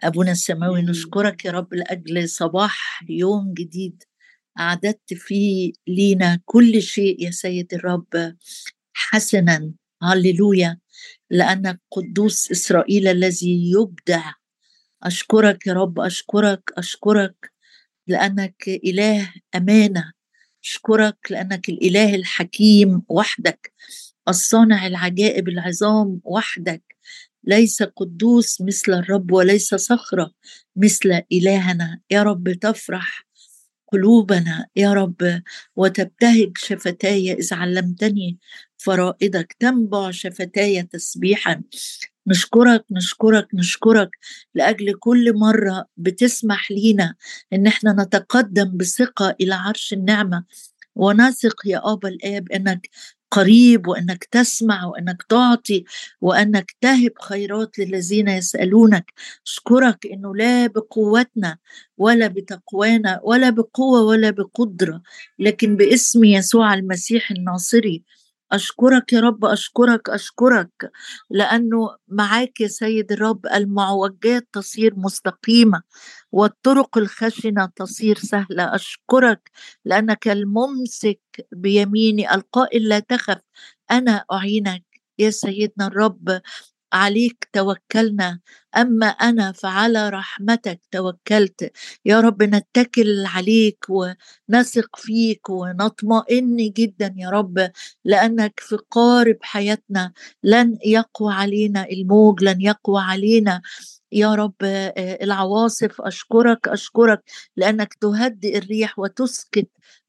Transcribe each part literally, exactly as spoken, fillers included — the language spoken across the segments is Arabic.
أبونا السماوي، نشكرك يا رب لأجل صباح يوم جديد أعددت فيه لينا كل شيء يا سيد الرب حسنا. هللويا، لأنك قدوس إسرائيل الذي يبدع. أشكرك يا رب، أشكرك أشكرك لأنك إله أمانة. أشكرك لأنك الإله الحكيم وحدك، الصانع العجائب العظام وحدك. ليس قدوس مثل الرب وليس صخرة مثل إلهنا. يا رب تفرح قلوبنا يا رب، وتبتهج شفتاي إذ علمتني فرائدك، تنبع شفتاي تسبيحا. نشكرك نشكرك نشكرك لأجل كل مرة بتسمح لينا إن احنا نتقدم بثقة إلى عرش النعمة، ونثق يا أبا الآب أنك قريب، وأنك تسمع، وأنك تعطي، وأنك تهب خيرات للذين يسألونك. أشكرك أنه لا بقوتنا ولا بتقوانا ولا بقوة ولا بقدرة، لكن باسم يسوع المسيح الناصري. أشكرك يا رب، أشكرك أشكرك لأنه معاك يا سيد الرب المعوجات تصير مستقيمة، والطرق الخشنة تصير سهلة. أشكرك لأنك الممسك بيميني القائل لا تخف أنا أعينك. يا سيدنا الرب عليك توكلنا، أما أنا فعلى رحمتك توكلت. يا رب نتكل عليك ونثق فيك ونطمئن جدا يا رب، لأنك في قارب حياتنا. لن يقوى علينا الموج، لن يقوى علينا يا رب العواصف. أشكرك أشكرك لأنك تهدئ الريح وتسكت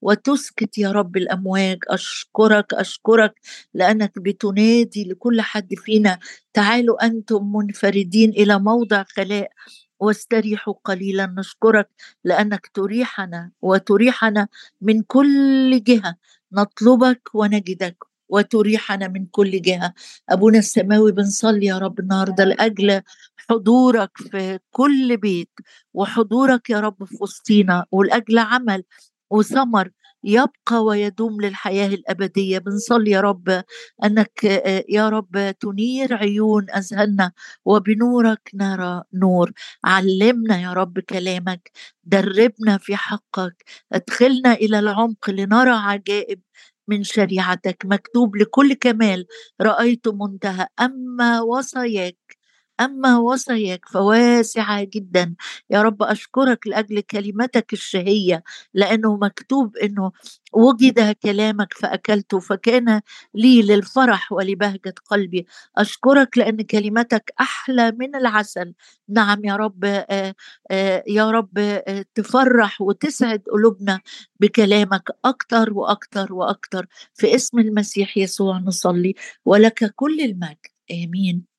وتسكت يا رب الأمواج. أشكرك أشكرك لأنك بتنادي لكل حد فينا: تعالوا أنتم منفردين إلى موضع خلاء واستريحوا قليلا. نشكرك لأنك تريحنا وتريحنا من كل جهة، نطلبك ونجدك وتريحنا من كل جهة. أبونا السماوي، بنصلي يا رب النهاردة لأجل حضورك في كل بيت، وحضورك يا رب في وسطينا، ولأجل عمل وثمر يبقى ويدوم للحياة الأبدية. بنصلي يا رب أنك يا رب تنير عيون أذهاننا، وبنورك نرى نور. علمنا يا رب كلامك، دربنا في حقك، ادخلنا إلى العمق لنرى عجائب من شريعتك. مكتوب: لكل كمال رأيت منتهى، أما وصاياك أما وصاياك فواسعة جدا. يا رب أشكرك لأجل كلمتك الشهية، لأنه مكتوب أنه وجد كلامك فأكلته فكان لي للفرح ولبهجة قلبي. أشكرك لأن كلمتك أحلى من العسل. نعم يا رب، آآ آآ يا رب آآ تفرح وتسعد قلوبنا بكلامك أكتر وأكتر وأكتر. في اسم المسيح يسوع نصلي، ولك كل المجد. آمين.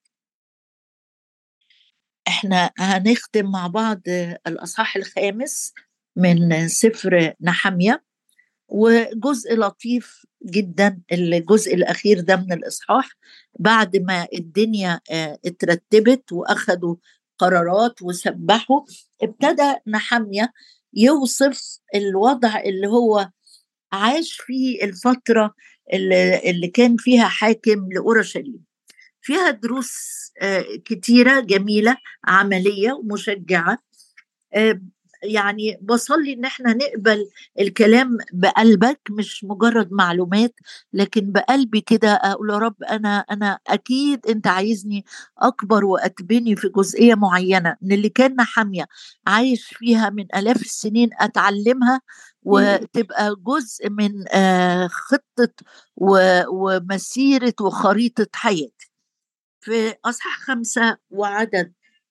احنا هنختم مع بعض الأصحاح الخامس من سفر نحمية، وجزء لطيف جدا الجزء الأخير ده من الإصحاح. بعد ما الدنيا اترتبت وأخدوا قرارات وسبحوا، ابتدى نحمية يوصف الوضع اللي هو عاش فيه الفترة اللي, اللي كان فيها حاكم لأورشليم. فيها دروس كتيرة جميلة عملية ومشجعة. يعني بصلي ان احنا نقبل الكلام بقلبك، مش مجرد معلومات، لكن بقلبي كده اقول يا رب انا انا اكيد انت عايزني اكبر واتبني في جزئية معينة من اللي كان حامية عايش فيها من الاف السنين، اتعلمها وتبقى جزء من خطة ومسيرة وخريطة حياتي. في أصحاح خمسة وعدد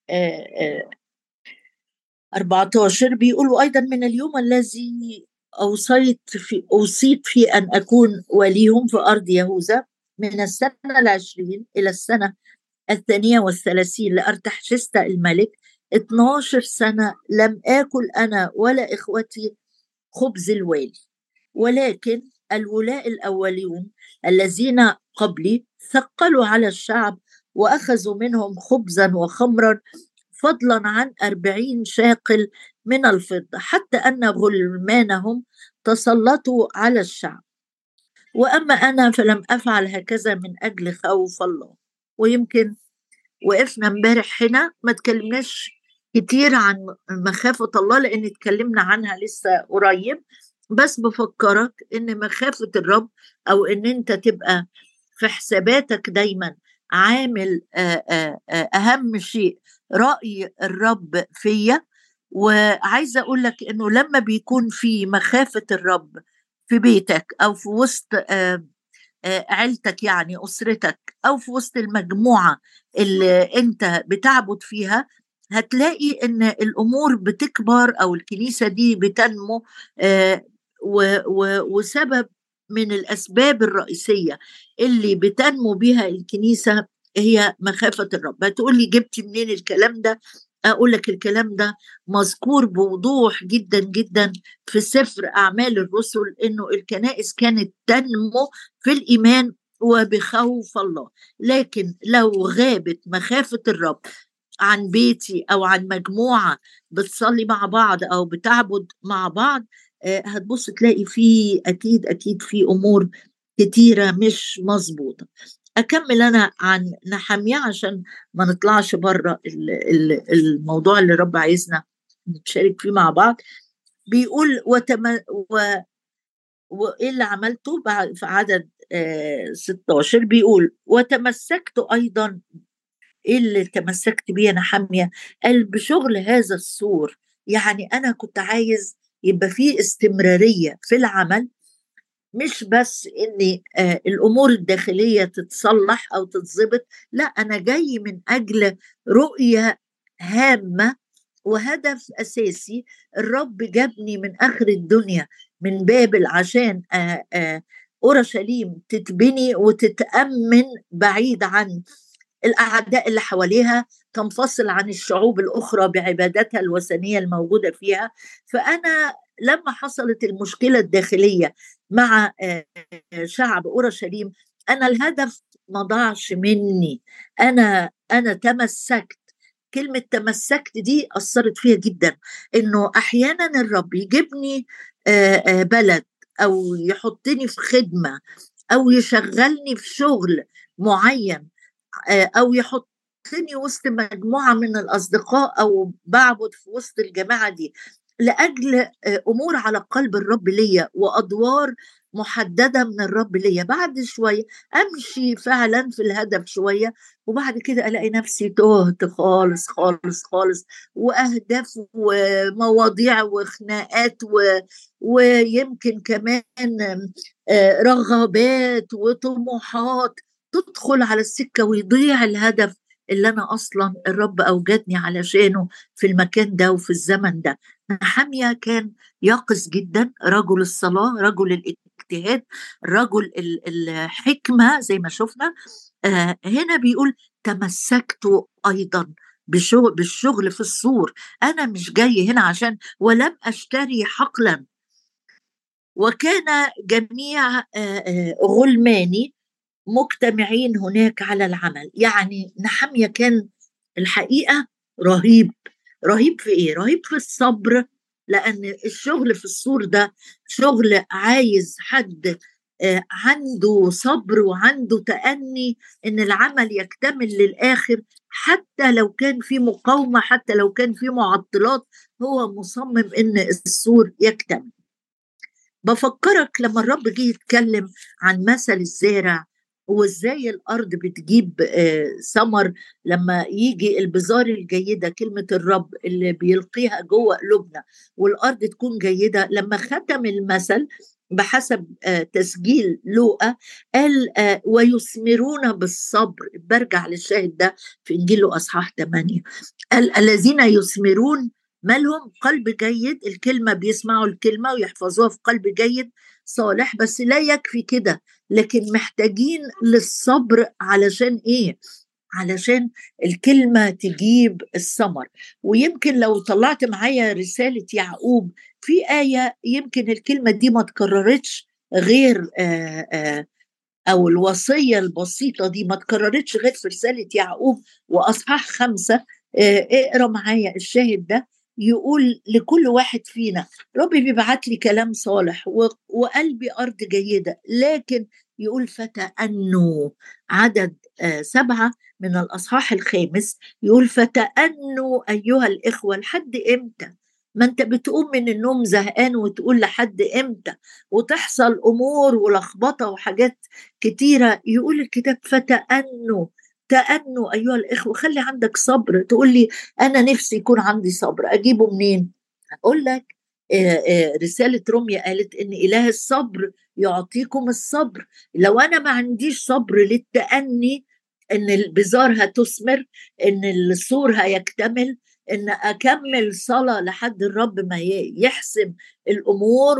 أربعة عشر بيقولوا: أيضا من اليوم الذي أوصيت في أوصيت في أن أكون وليهم في أرض يهوذا، من السنة العشرين إلى السنة الثانية والثلاثين لأرتحشست الملك، اتناشر سنة لم آكل أنا ولا إخوتي خبز الوالي، ولكن الولاء الأولون الذين قبلي ثقلوا على الشعب وأخذوا منهم خبزا وخمرا، فضلا عن أربعين شاقل من الفضة، حتى أن غلمانهم تسلطوا على الشعب. وأما أنا فلم أفعل هكذا من أجل خوف الله. ويمكن وقفنا امبارح هنا ما تكلمناش كتير عن مخافة الله لأن اتكلمنا عنها لسه قريب، بس بفكرك إن مخافة الرب أو إن أنت تبقى في حساباتك دايما عامل آه، آه، آه، أهم شيء رأي الرب فيا. وعايزة أقول لك إنه لما بيكون في مخافة الرب في بيتك أو في وسط آه، آه، عيلتك يعني أسرتك أو في وسط المجموعة اللي أنت بتعبد فيها، هتلاقي إن الأمور بتكبر أو الكنيسة دي بتنمو. آه، و- و- وسبب من الأسباب الرئيسية اللي بتنمو بها الكنيسة هي مخافة الرب. هتقول لي جبت منين الكلام ده؟ أقول لك الكلام ده مذكور بوضوح جدا جدا في سفر أعمال الرسل، إنه الكنائس كانت تنمو في الإيمان وبخوف الله. لكن لو غابت مخافة الرب عن بيتي أو عن مجموعة بتصلي مع بعض أو بتعبد مع بعض، آه، هتبص تلاقي فيه أكيد أكيد في أمور كتيرة مش مظبوطة. أكمل أنا عن نحمية عشان ما نطلعش بره ال- ال- الموضوع اللي رب عايزنا نتشارك فيه مع بعض. بيقول وتم و وايه اللي عملته بعد في عدد آه ستاشر، بيقول وتمسكت ايضا. ايه اللي تمسكت بيه انا حاميه؟ قال بشغل هذا السور. يعني انا كنت عايز يبقى فيه استمراريه في العمل، مش بس ان آه الامور الداخليه تتصلح او تتظبط، لا انا جاي من اجل رؤيه هامه وهدف أساسي. الرب جابني من آخر الدنيا من بابل عشان آه، آه، أورشليم تتبني وتتأمن بعيد عن الأعداء اللي حواليها، تنفصل عن الشعوب الأخرى بعباداتها الوثنية الموجودة فيها. فأنا لما حصلت المشكلة الداخلية مع آه، شعب أورشليم، أنا الهدف ما ضاعش مني. أنا أنا تمسكت. كلمة تمسكت دي أثرت فيها جدا، إنه أحيانا الرب يجيبني آه، آه، بلد أو يحطني في خدمة أو يشغلني في شغل معين، آه، او يحطني وسط مجموعه من الاصدقاء او بعبد في وسط الجماعه دي لاجل آه، امور على قلب الرب ليا وادوار محدده من الرب ليا. بعد شويه امشي فعلا في الهدف شويه، وبعد كده الاقي نفسي تهت خالص خالص خالص، واهداف ومواضيع وخناقات و... ويمكن كمان آه، رغبات وطموحات تدخل على السكة ويضيع الهدف اللي أنا أصلا الرب أوجدني علشانه في المكان ده وفي الزمن ده. نحمية كان يقظ جدا، رجل الصلاة، رجل الاجتهاد، رجل الحكمة زي ما شفنا. آه هنا بيقول تمسكت أيضا بشغل بالشغل في السور. أنا مش جاي هنا عشان ولم أشتري حقلا. وكان جميع آه، آه، غلماني مجتمعين هناك على العمل. يعني نحمية كان الحقيقة رهيب. رهيب في ايه؟ رهيب في الصبر، لان الشغل في السور ده شغل عايز حد آه، عنده صبر وعنده تأني ان العمل يكتمل للآخر، حتى لو كان في مقاومة، حتى لو كان في معطلات، هو مصمم ان السور يكتمل. بفكرك لما الرب جه يتكلم عن مثل الزارع وازاي الارض بتجيب آه، ثمر لما يجي البذار الجيده، كلمه الرب اللي بيلقيها جوه قلوبنا والارض تكون جيده. لما ختم المثل بحسب آه، تسجيل لوقا قال آه، ويثمرون بالصبر. برجع للشاهد ده في انجيل لوقا اصحاح ثمانية، قال الذين يثمرون مالهم؟ قلب جيد، الكلمة بيسمعوا الكلمة ويحفظوها في قلب جيد صالح. بس لا يكفي كده، لكن محتاجين للصبر. علشان ايه؟ علشان الكلمة تجيب الثمر. ويمكن لو طلعت معايا رسالة يعقوب في آية، يمكن الكلمة دي ما تكررتش غير آآ آآ أو الوصية البسيطة دي ما تكررتش غير في رسالة يعقوب وأصحاح خمسة. آه، اقرا معايا الشاهد ده. يقول لكل واحد فينا ربي بيبعت لي كلام صالح و- وقلبي أرض جيدة، لكن يقول فتأنوا. عدد آه سبعة من الأصحاح الخامس يقول فتأنوا أيها الإخوة. لحد إمتى؟ ما أنت بتقوم من النوم زهقان وتقول لحد إمتى، وتحصل أمور ولخبطة وحاجات كتيرة. يقول الكتاب فتأنوا. تأنوا أيها الإخوة، خلي عندك صبر. تقول لي أنا نفسي يكون عندي صبر، أجيبه منين؟ أقول لك آه، آه، رسالة روميا قالت إن إله الصبر يعطيكم الصبر. لو أنا ما عنديش صبر للتأني، إن البذار هتثمر، إن السور هيكتمل، إن أكمل صلاة لحد الرب ما ي- يحسم الأمور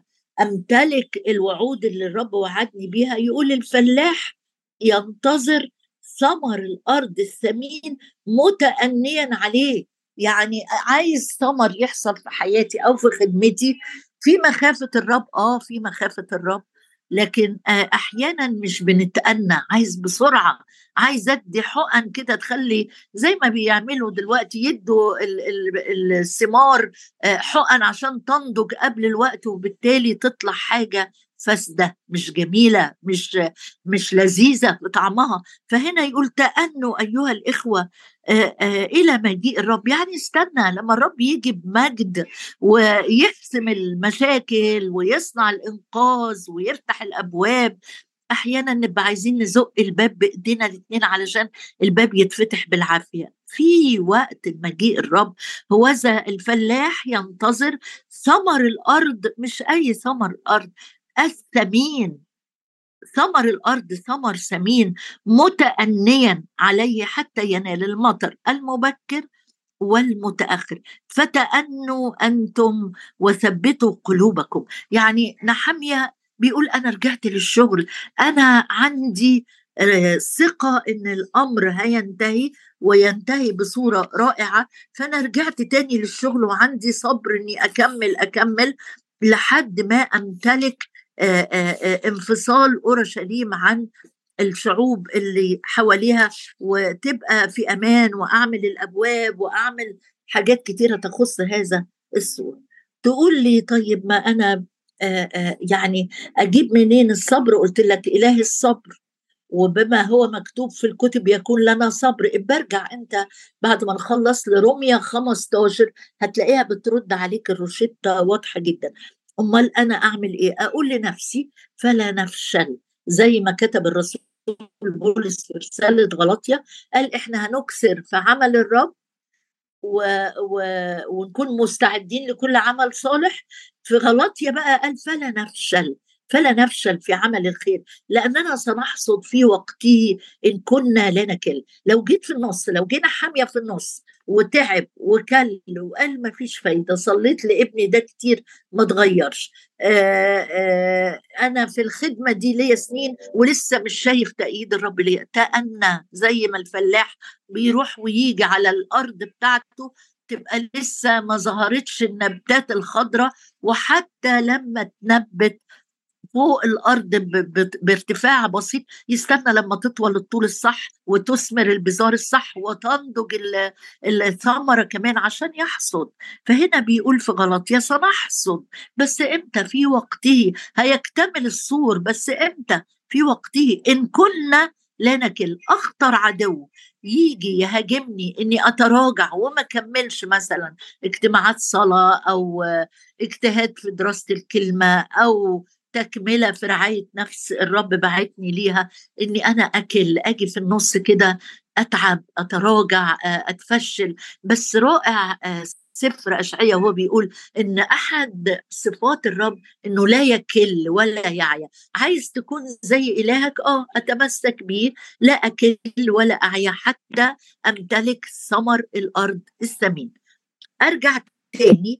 وأمتلك الوعود اللي الرب وعدني بيها. يقول الفلاح ينتظر ثمر الأرض الثمين متأنيا عليه. يعني عايز ثمر يحصل في حياتي أو في خدمتي في مخافة الرب. آه في مخافة الرب، لكن آه أحيانا مش بنتأنى، عايز بسرعة، عايز أدي حقن كده تخلي زي ما بيعملوا دلوقتي، يدوا ال- ال- الثمار آه حقن عشان تنضج قبل الوقت، وبالتالي تطلع حاجة فاسدة مش جميلة، مش مش لذيذة في طعمها. فهنا يقول تأنوا أيها الإخوة آه، آه، إلى مجيء الرب. يعني استنى لما الرب يجي بمجد ويحسم المشاكل ويصنع الإنقاذ ويفتح الأبواب. أحيانا نبقى عايزين نزق الباب بإيدينا الاتنين علشان الباب يتفتح بالعافية. في وقت مجيء الرب هو ذا الفلاح ينتظر ثمر الأرض، مش أي ثمر أرض، الثمين. ثمر الأرض ثمر ثمين متأنيا عليه حتى ينال المطر المبكر والمتأخر. فتأنوا أنتم وثبتوا قلوبكم. يعني نحمية بيقول أنا رجعت للشغل، أنا عندي آه، ثقة إن الأمر هينتهي وينتهي بصورة رائعة. فأنا رجعت تاني للشغل وعندي صبر إني أكمل أكمل لحد ما أمتلك آه، آه، آه، انفصال أورشليم عن الشعوب اللي حواليها، وتبقى في أمان، وأعمل الأبواب وأعمل حاجات كتيرة تخص هذا السور. تقول لي طيب ما أنا آآ آآ يعني أجيب منين الصبر؟ قلت لك إله الصبر، وبما هو مكتوب في الكتب يكون لنا صبر. برجع أنت بعد ما نخلص لروميا خمستاشر هتلاقيها بترد عليك الروشتة واضحة جدا. أمال أنا أعمل إيه؟ أقول لنفسي فلا نفشل، زي ما كتب الرسول بولس في رسالة غلاطيا، قال إحنا هنكسر في عمل الرب و... و... ونكون مستعدين لكل عمل صالح. في غلطية بقى قال فلا نفشل، فلا نفشل في عمل الخير لأننا سنحصد في وقته إن كنا لا نكل. لو جيت في النص، لو جينا حامية في النص وتعب وكل وقال ما فيش فايدة، صليت لابني ده كتير ما تغيرش، آآ آآ أنا في الخدمة دي ليا سنين ولسه مش شايف تأييد الرب ليا، تأنى زي ما الفلاح بيروح ويجي على الأرض بتاعته تبقى لسه ما ظهرتش النبتات الخضراء، وحتى لما تنبت فوق الأرض ب- ب- بارتفاع بسيط يستنى لما تطول الطول الصح وتثمر البذار الصح وتنضج ال- الثمرة كمان عشان يحصد. فهنا بيقول في غلطية سنحصد، بس امتى؟ في وقته. هيكتمل السور بس امتى؟ في وقته إن كنا لا نكل. أخطر عدو يجي يهاجمني إني أتراجع وما كملش مثلا اجتماعات صلاة أو اجتهاد في دراسة الكلمة أو تكملة في رعاية نفس الرب بعتني ليها، إني أنا أكل أجي في النص كده أتعب أتراجع آه، أتفشل. بس رائع آه، سفر أشعية وهو بيقول إن أحد صفات الرب إنه لا يكل ولا يعيا. عايز تكون زي إلهك؟ آه أتمسك بيه، لا أكل ولا أعيا حتى أمتلك ثمر الأرض الثمين. ارجع تاني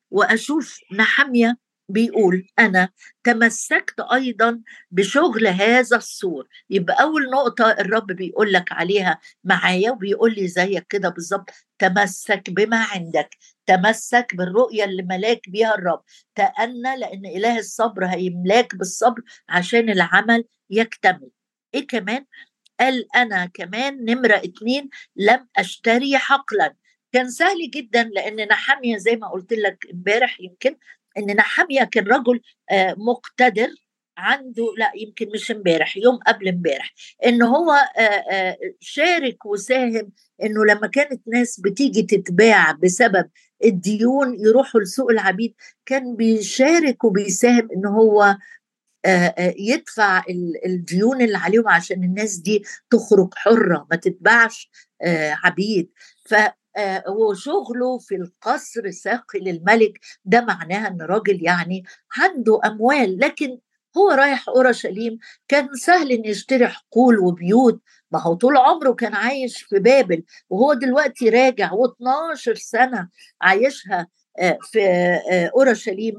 واشوف نحمية بيقول انا تمسكت ايضا بشغل هذا السور. يبقى اول نقطة الرب بيقول لك عليها معايا وبيقول لي زيك كده بالظبط، تمسك بما عندك، تمسك بالرؤية اللي ملاك بيها الرب، تأنى لان اله الصبر هيملاك بالصبر عشان العمل يكتمل. ايه كمان؟ قال أنا كمان نمرة اتنين لم أشتري حقلا. كان سهل جدا لأن نحمية زي ما قلت لك امبارح يمكن، إن نحمية كان رجل آه، مقتدر عنده لا يمكن مش امبارح، يوم قبل امبارح، ان هو آه، آه، شارك وساهم انه لما كانت ناس بتيجي تتباع بسبب الديون يروحوا لسوق العبيد، كان بيشارك وبيساهم ان هو آه، آه، يدفع ال- الديون اللي عليهم عشان الناس دي تخرج حرة ما تتباعش آه، عبيد. ف آه، هو شغله في القصر ساقي للملك، ده معناها ان راجل يعني عنده اموال. لكن هو رايح اورشليم، كان سهل ان يشتري حقول وبيوت، ما هو طول عمره كان عايش في بابل، وهو دلوقتي راجع و12 سنة عايشها آه، في آه، اورشليم.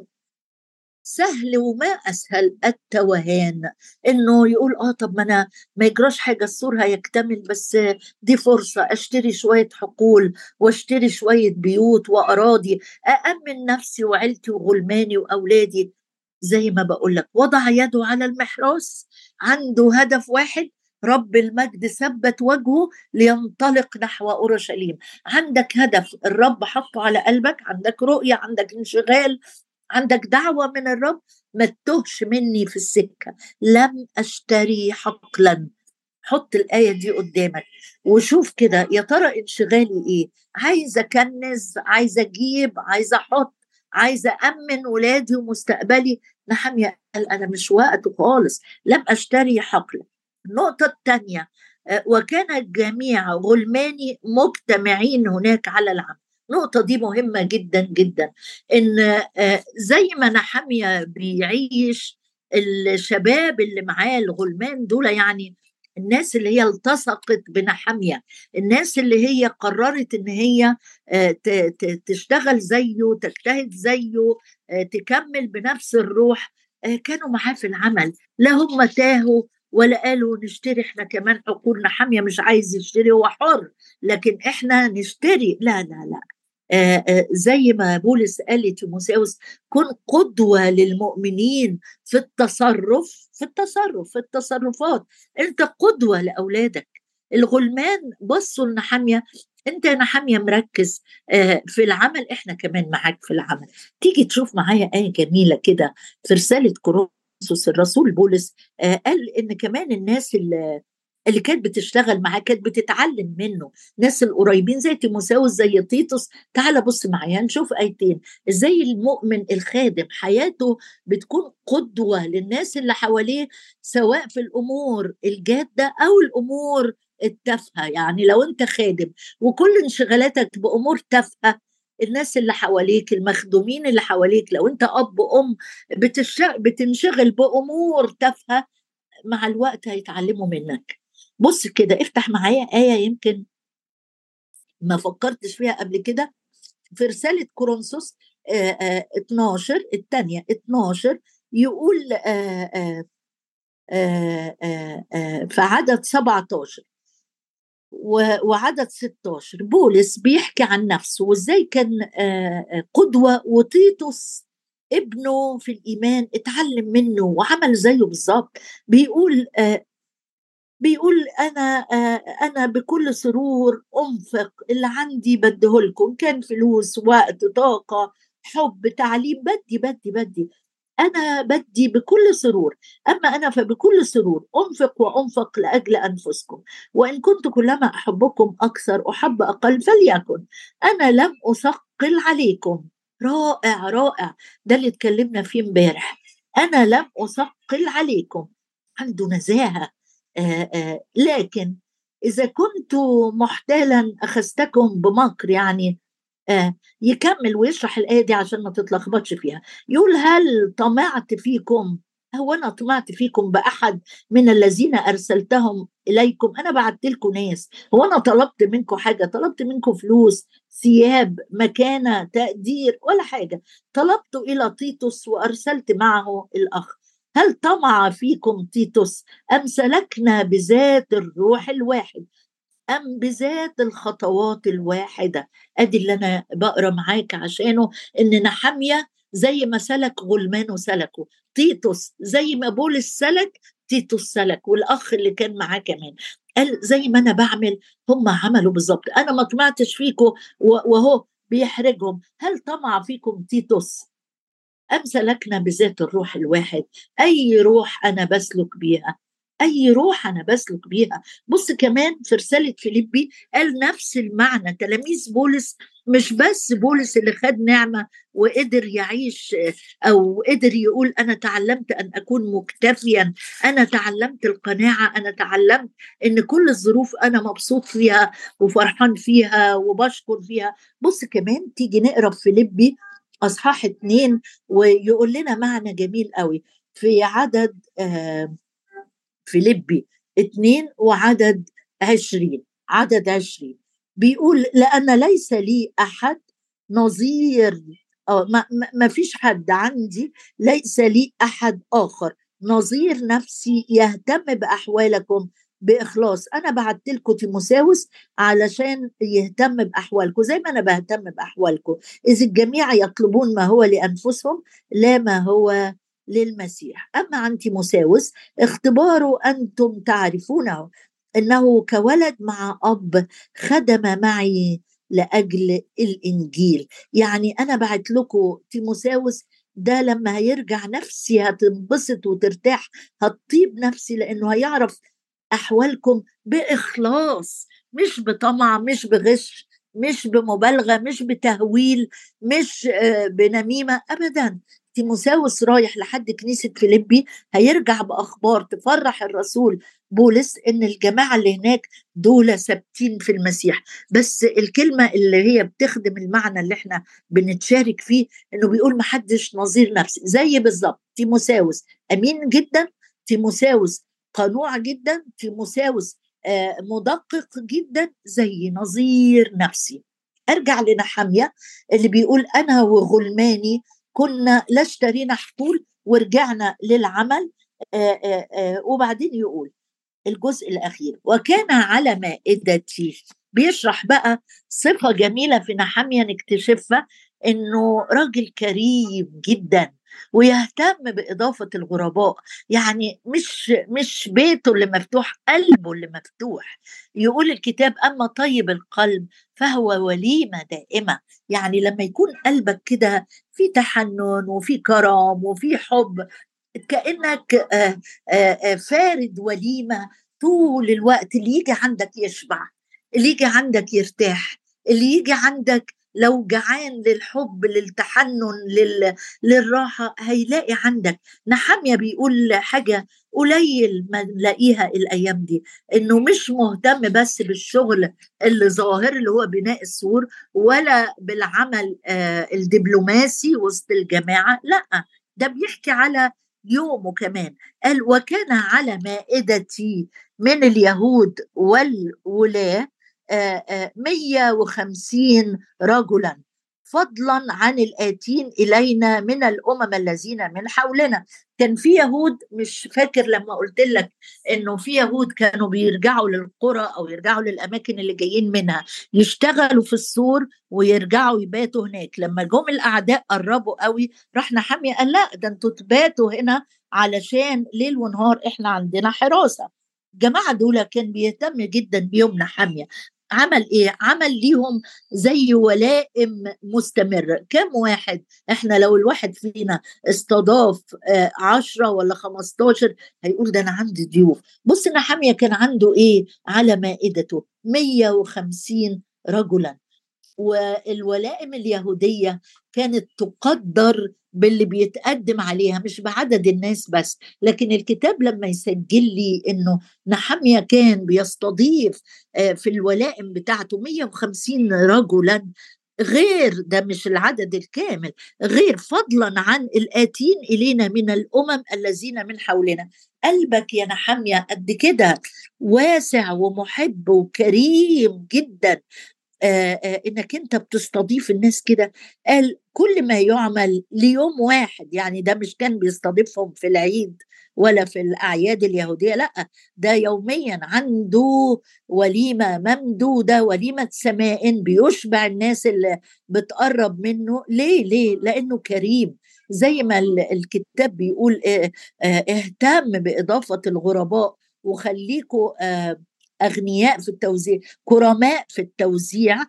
سهل وما اسهل التوهان، انه يقول اه طب ما انا ما يجراش حاجه، السور هيكتمل، بس دي فرصه اشتري شويه حقول واشتري شويه بيوت واراضي، اامن نفسي وعيلتي وغلماني واولادي. زي ما بقول لك، وضع يده على المحراث، عنده هدف واحد، رب المجد ثبت وجهه لينطلق نحو اورشليم. عندك هدف الرب حطه على قلبك، عندك رؤيه، عندك انشغال، عندك دعوة من الرب، ما تتوهش مني في السكة. لم أشتري حقلا. حط الآية دي قدامك وشوف كده، يا ترى انشغالي إيه؟ عايزة أكنز، عايزة أجيب، عايزة أحط، عايزة أمن ولادي ومستقبلي. نحمية قال أنا مش وقته خالص، لم أشتري حقلا. النقطة الثانية، آه، وكان الجميع غلماني مجتمعين هناك على العمل. النقطة دي مهمة جدا جدا، إن آه، زي ما نحمية بيعيش، الشباب اللي معاه الغلمان دول يعني الناس اللي هي التصقت بنحمية، الناس اللي هي قررت ان هي آه، ت- ت- تشتغل زيه، تجتهد زيه، آه، تكمل بنفس الروح. آه، كانوا معاه في العمل، لا هم تاهوا ولا قالوا نشتري احنا كمان حقول. نحمية مش عايز يشتري، هو حر، لكن احنا نشتري، لا لا لا. آه، آه، زي ما بولس قال لتيموثاوس، كن قدوة للمؤمنين في التصرف، في التصرف في التصرفات. انت قدوة لأولادك. الغلمان بصوا لنحمية، انت يا نحمية مركز آه، في العمل، احنا كمان معاك في العمل. تيجي تشوف معايا آية جميلة كده في رسالة كورنثوس، الرسول بولس آه، قال ان كمان الناس اللي اللي كانت بتشتغل معاه كانت بتتعلم منه، ناس القريبين زي تيموثاوس زي تيتوس. تعال بص معايا نشوف ايتين ازاي المؤمن الخادم حياته بتكون قدوة للناس اللي حواليه، سواء في الامور الجادة او الامور التافهة. يعني لو انت خادم وكل انشغالاتك بامور تافهة، الناس اللي حواليك، المخدومين اللي حواليك، لو انت اب ام بتشغ... بتنشغل بامور تافهة، مع الوقت هيتعلموا منك. بص كده، افتح معايا آية يمكن ما فكرتش فيها قبل كده، في رسالة كورنثوس آه، آه، اتناشر، الثانية اتناشر، يقول آه، آه، آه، آه، آه، في عدد سبعتاشر و- وعدد ستاشر، بولس بيحكي عن نفسه وازاي كان آه، آه، قدوة، وتيتوس ابنه في الإيمان اتعلم منه وعمل زيه بالظبط. بيقول آه، بيقول انا آه، انا بكل سرور انفق اللي عندي بديهولكم، كان فلوس، وقت، طاقه، حب، تعليم، بدي بدي بدي. انا بدي بكل سرور. اما انا فبكل سرور انفق وانفق لاجل انفسكم، وان كنت كلما احبكم اكثر احب اقل فليكن. انا لم اثقل عليكم. رائع رائع، ده اللي اتكلمنا فيه امبارح. انا لم اثقل عليكم. عنده نزاهه. آه آه لكن إذا كنت محتالا أخذتكم بمكر، يعني آه يكمل ويشرح الآية دي عشان ما تتلخبطش فيها. يقول هل طمعت فيكم؟ هو أنا طمعت فيكم بأحد من الذين أرسلتهم إليكم؟ أنا بعت لكم ناس. هو أنا طلبت منكم حاجة؟ طلبت منكم فلوس، ثياب، مكانة، تقدير، ولا حاجة. طلبت إلى تيتوس وأرسلت معه الأخ. هل طمع فيكم تيتوس أم سلكنا بذات الروح الواحد أم بذات الخطوات الواحدة؟ أدي اللي أنا بقرأ معاك عشانه، إن نحمية زي ما سلك غلمان سلكوا، تيتوس زي ما بولس سلك، تيتوس سلك، والأخ اللي كان معاه كمان. قال زي ما أنا بعمل هم عملوا بالظبط. أنا ما طمعتش فيكم وهو بيحرجهم. هل طمع فيكم تيتوس أمسلكنا بذات الروح الواحد. أي روح أنا بسلك بيها، أي روح أنا بسلك بيها. بص كمان في رسالة فيليبي قال نفس المعنى. تلاميذ بولس، مش بس بولس اللي خد نعمة وقدر يعيش أو قدر يقول أنا تعلمت أن أكون مكتفيا، أنا تعلمت القناعة، أنا تعلمت أن كل الظروف أنا مبسوط فيها وفرحان فيها وبشكر فيها. بص كمان تيجي نقرأ في فيليبي أصحاح اتنين ويقول لنا معنى جميل قوي في عدد آه فيليبي اتنين وعدد عشرين. عدد عشرين بيقول لأن ليس لي أحد نظير، أو ما, ما ما فيش حد عندي، ليس لي أحد آخر نظير نفسي يهتم بأحوالكم بإخلاص. أنا بعت لكم تيموساوس علشان يهتم بأحوالكم زي ما أنا بهتم بأحوالكم، إذ الجميع يطلبون ما هو لأنفسهم لا ما هو للمسيح. أما عن تيموساوس اختباره أنتم تعرفونه، إنه كولد مع أب خدم معي لأجل الإنجيل. يعني أنا بعت لكم تيموساوس ده لما هيرجع نفسي هتنبسط وترتاح، هتطيب نفسي، لأنه هيعرف أحوالكم بإخلاص، مش بطمع، مش بغش، مش بمبالغة، مش بتهويل، مش آه، بنميمة أبدا. تيموساوس رايح لحد كنيسة فيليبي هيرجع بأخبار تفرح الرسول بولس إن الجماعة اللي هناك دول ثابتين في المسيح. بس الكلمة اللي هي بتخدم المعنى اللي احنا بنتشارك فيه إنه بيقول محدش نظير نفسي، زي بالظبط تيموساوس أمين جدا، تيموساوس قنوع جدا، تيموساوس آه مدقق جدا، زي نظير نفسي. ارجع لنحمية اللي بيقول انا وغلماني كنا لا اشترينا حقول ورجعنا للعمل. آآ آآ وبعدين يقول الجزء الأخير وكان على مائدتي. بيشرح بقى صفة جميلة في نحمية نكتشفها، إنه راجل كريم جدا ويهتم بإضافة الغرباء. يعني مش مش بيته اللي مفتوح، قلبه اللي مفتوح. يقول الكتاب أما طيب القلب فهو وليمة دائمة. يعني لما يكون قلبك كده في تحنن وفي كرم وفي حب، كأنك آه، آه، آه، فارد وليمة طول الوقت. اللي يجي عندك يشبع، اللي يجي عندك يرتاح، اللي يجي عندك لو جعان للحب للتحنن لل... للراحة هيلاقي عندك. نحمية بيقول حاجة قليل ما نلاقيها الأيام دي، إنه مش مهتم بس بالشغل اللي ظاهر اللي هو بناء السور، ولا بالعمل آه الدبلوماسي وسط الجماعة، لا، ده بيحكي على يومه كمان. قال وكان على مائدتي من اليهود والولاة مية وخمسين رجلا، فضلا عن الآتين إلينا من الأمم الذين من حولنا. كان في يهود، مش فاكر لما قلت لك إنه في يهود كانوا بيرجعوا للقرى أو يرجعوا للأماكن اللي جايين منها يشتغلوا في السور ويرجعوا يباتوا هناك. لما جم الأعداء قربوا قوي راح نحمية قال لا، ده انتوا تباتوا هنا علشان ليل ونهار احنا عندنا حراسة. الجماعة دول كان بيهتم جدا بيوم نحمية. عمل ايه؟ عمل ليهم زي ولائم مستمرة. كم واحد؟ احنا لو الواحد فينا استضاف آه عشرة ولا خمستاشر هيقول ده انا عندي ضيوف. بص نحمية كان عنده ايه على مائدته؟ مية وخمسين رجلا. والولائم اليهودية كانت تقدر باللي بيتقدم عليها، مش بعدد الناس بس. لكن الكتاب لما يسجل لي انه نحمية كان بيستضيف في الولائم بتاعته مية وخمسين رجلا، غير ده مش العدد الكامل، غير فضلا عن الآتين إلينا من الأمم الذين من حولنا. قلبك يا نحمية قد كده واسع ومحب وكريم جدا، آه آه انك انت بتستضيف الناس كده. قال كل ما يعمل ليوم واحد، يعني ده مش كان بيستضيفهم في العيد ولا في الأعياد اليهودية، لا، ده يوميا عنده وليمة ممدودة، وليمة سماء بيشبع الناس اللي بتقرب منه. ليه؟ ليه؟ لأنه كريم. زي ما الكتاب بيقول اه اه اهتم بإضافة الغرباء وخليكوا اه أغنياء في التوزيع، كرماء في التوزيع.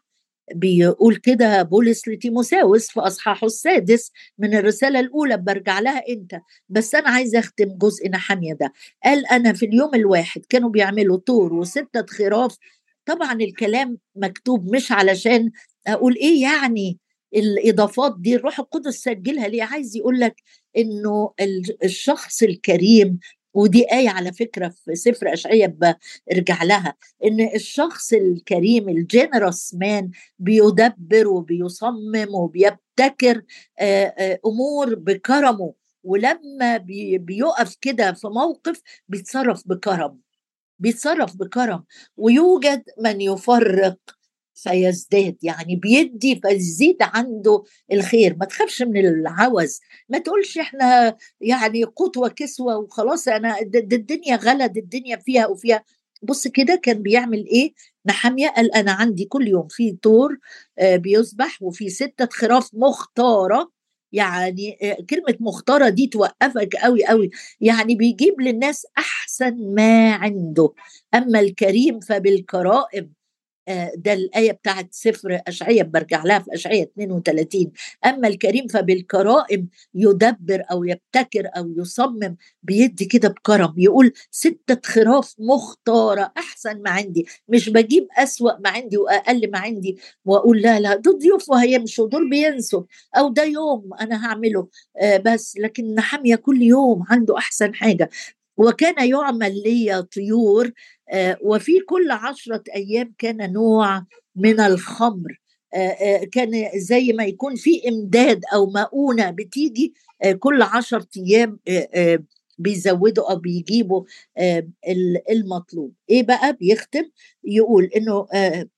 بيقول كده بولس لتيموساوس في أصحاحه السادس من الرسالة الأولى، برجع لها أنت، بس أنا عايزة أختم جزء نحمية ده. قال أنا في اليوم الواحد كانوا بيعملوا طور وستة خراف. طبعا الكلام مكتوب مش علشان أقول إيه يعني الإضافات دي، الروح القدس سجلها ليه، عايز يقول لك إنه الشخص الكريم، ودي آية على فكرة في سفر أشعياء برجع لها، إن الشخص الكريم الجينيروس مان بيدبر وبيصمم وبيبتكر آه، آه، أمور بكرمه، ولما بي- بيقف كده في موقف بيتصرف بكرم، بيتصرف بكرم. ويوجد من يفرق فيزداد، يعني بيدي فيزيد عنده الخير. ما تخافش من العوز، ما تقولش احنا يعني قوت وكسوة وخلاص، انا د- د- الدنيا غلد، الدنيا فيها وفيها. بص كده كان بيعمل ايه نحمية، قال انا عندي كل يوم في طور آه، بيذبح، وفي ستة خراف مختارة. يعني آه، كلمة مختارة دي توقفك قوي قوي، يعني بيجيب للناس أحسن ما عنده. أما الكريم فبالكرائم، آه، ده الآية بتاعت سفر أشعياء، برجع لها في أشعياء اثنين وثلاثين. أما الكريم فبالكرائم يدبر أو يبتكر أو يصمم، بيدي كده بكرم. يقول ستة خراف مختارة أحسن ما عندي، مش بجيب أسوأ ما عندي وأقل ما عندي وأقول لا لا دول ضيوف وهيمشوا، دول بينسوا، أو ده يوم أنا هعمله آه بس. لكن نحمية كل يوم عنده أحسن حاجة. وكان يعمل لي طيور، آه، وفي كل عشرة أيام كان نوع من الخمر. آه، آه، كان زي ما يكون في إمداد أو مؤونة بتيجي آه، كل عشرة أيام، آه، آه، بيزودوا أو بيجيبوا آه، المطلوب. إيه بقى بيختم يقول إنه آه،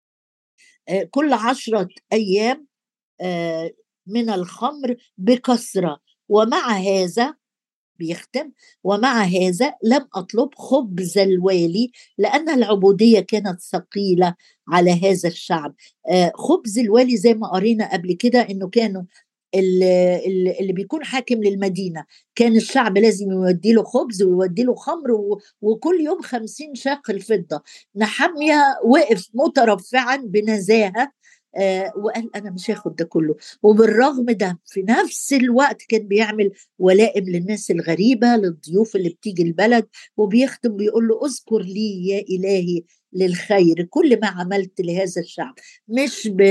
آه، كل عشرة أيام آه، من الخمر بكثرة، ومع هذا بيختم ومع هذا لم أطلب خبز الوالي لأن العبودية كانت ثقيلة على هذا الشعب. آه خبز الوالي زي ما قرينا قبل كده إنه كانوا اللي, اللي بيكون حاكم للمدينة كان الشعب لازم يودي له خبز ويودي له خمر، و- وكل يوم خمسين شاقل فضة. نحمية وقف مترفعا بنزاهة آه وقال أنا مش هاخد ده كله. وبالرغم ده في نفس الوقت كان بيعمل ولائم للناس الغريبة، للضيوف اللي بتيجي البلد. وبيختم بيقول له اذكر لي يا إلهي للخير كل ما عملت لهذا الشعب. مش ب...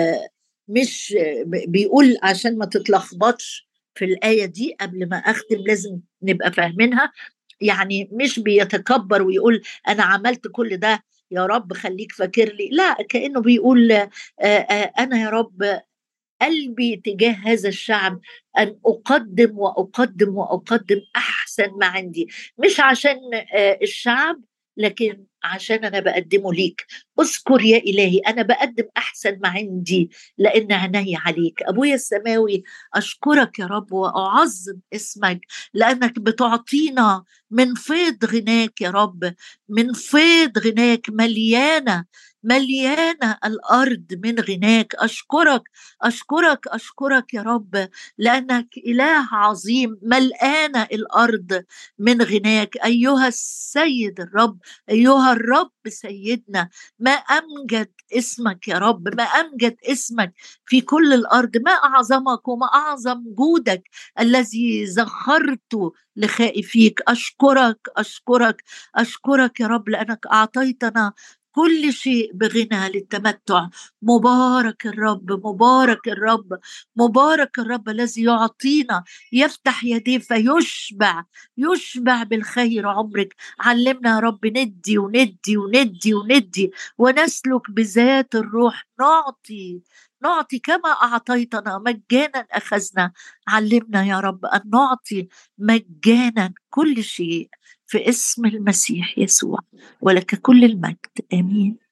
مش بيقول عشان ما تتلخبطش في الآية دي، قبل ما أختم لازم نبقى فاهمينها. يعني مش بيتكبر ويقول أنا عملت كل ده يا رب خليك فاكر لي، لا، كأنه بيقول آه، آه، أنا يا رب قلبي تجاه هذا الشعب أن أقدم وأقدم وأقدم أحسن ما عندي، مش عشان آه، الشعب، لكن عشان أنا بقدمه ليك. أذكر يا إلهي أنا بقدم أحسن ما عندي لأن عيني عليك. أبويا السماوي أشكرك يا رب وأعظم اسمك، لأنك بتعطينا من فيض غناك يا رب، من فيض غناك مليانة، مليانة الأرض من غناك. أشكرك أشكرك أشكرك يا رب لأنك إله عظيم، ملآنة الأرض من غناك أيها السيد الرب، أيها الرب سيدنا. ما أمجد اسمك يا رب، ما أمجد اسمك في كل الأرض، ما أعظمك وما أعظم جودك الذي زخرت لخائفيك. أشكرك أشكرك أشكرك يا رب لأنك أعطيتنا كل شيء بغنى للتمتع. مبارك الرب، مبارك الرب، مبارك الرب الذي يعطينا، يفتح يديه فيشبع، يشبع بالخير عمرك. علمنا يا رب ندي وندي وندي وندي ونسلك بذات الروح، نعطي نعطي كما أعطيتنا مجانا أخذنا. علمنا يا رب أن نعطي مجانا كل شيء في اسم المسيح يسوع، ولك كل المجد. آمين.